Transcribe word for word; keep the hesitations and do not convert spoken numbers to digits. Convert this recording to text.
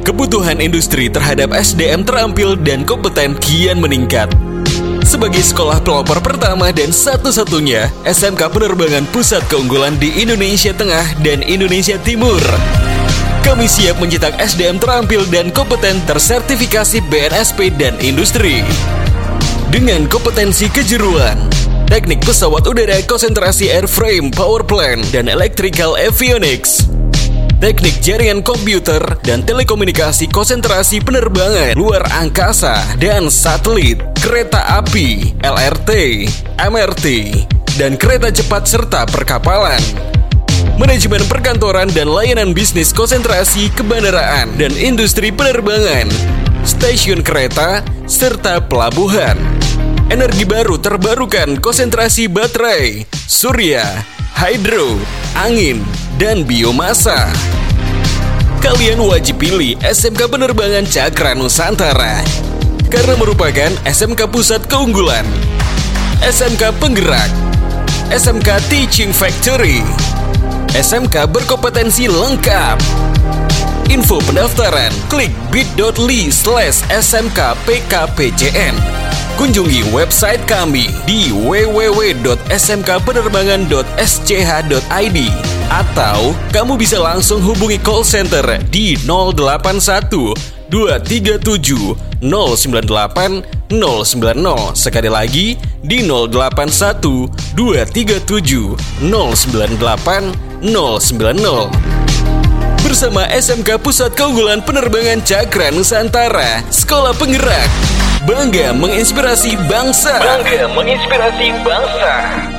Kebutuhan industri terhadap S D M terampil dan kompeten kian meningkat. Sebagai sekolah pelopor pertama dan satu-satunya S M K penerbangan pusat keunggulan di Indonesia Tengah dan Indonesia Timur, kami siap mencetak S D M terampil dan kompeten tersertifikasi B N S P dan industri. Dengan kompetensi kejuruan, teknik pesawat udara konsentrasi airframe, power plant, dan electrical avionics, teknik jaringan komputer dan telekomunikasi konsentrasi penerbangan luar angkasa dan satelit, kereta api, L R T, M R T, dan kereta cepat serta perkapalan, manajemen perkantoran dan layanan bisnis konsentrasi kebandaraan dan industri penerbangan, stasiun kereta, serta pelabuhan, energi baru terbarukan konsentrasi baterai, surya, hidro, angin, dan biomasa. Kalian wajib pilih S M K Penerbangan Cakra Nusantara karena merupakan S M K pusat keunggulan, S M K penggerak, S M K Teaching Factory, S M K berkompetensi lengkap. Info pendaftaran klik bit.ly slash smkpkpcn. Kunjungi website kami di w w w dot s m k penerbangan dot s c h dot i d atau kamu bisa langsung hubungi call center di nol delapan satu dua tiga tujuh nol sembilan delapan nol sembilan nol. Sekali lagi di nol delapan satu dua tiga tujuh nol sembilan delapan nol sembilan nol. Bersama S M K Pusat Keunggulan Penerbangan Cakra Nusantara, sekolah penggerak, bangga menginspirasi bangsa. Bangga menginspirasi bangsa.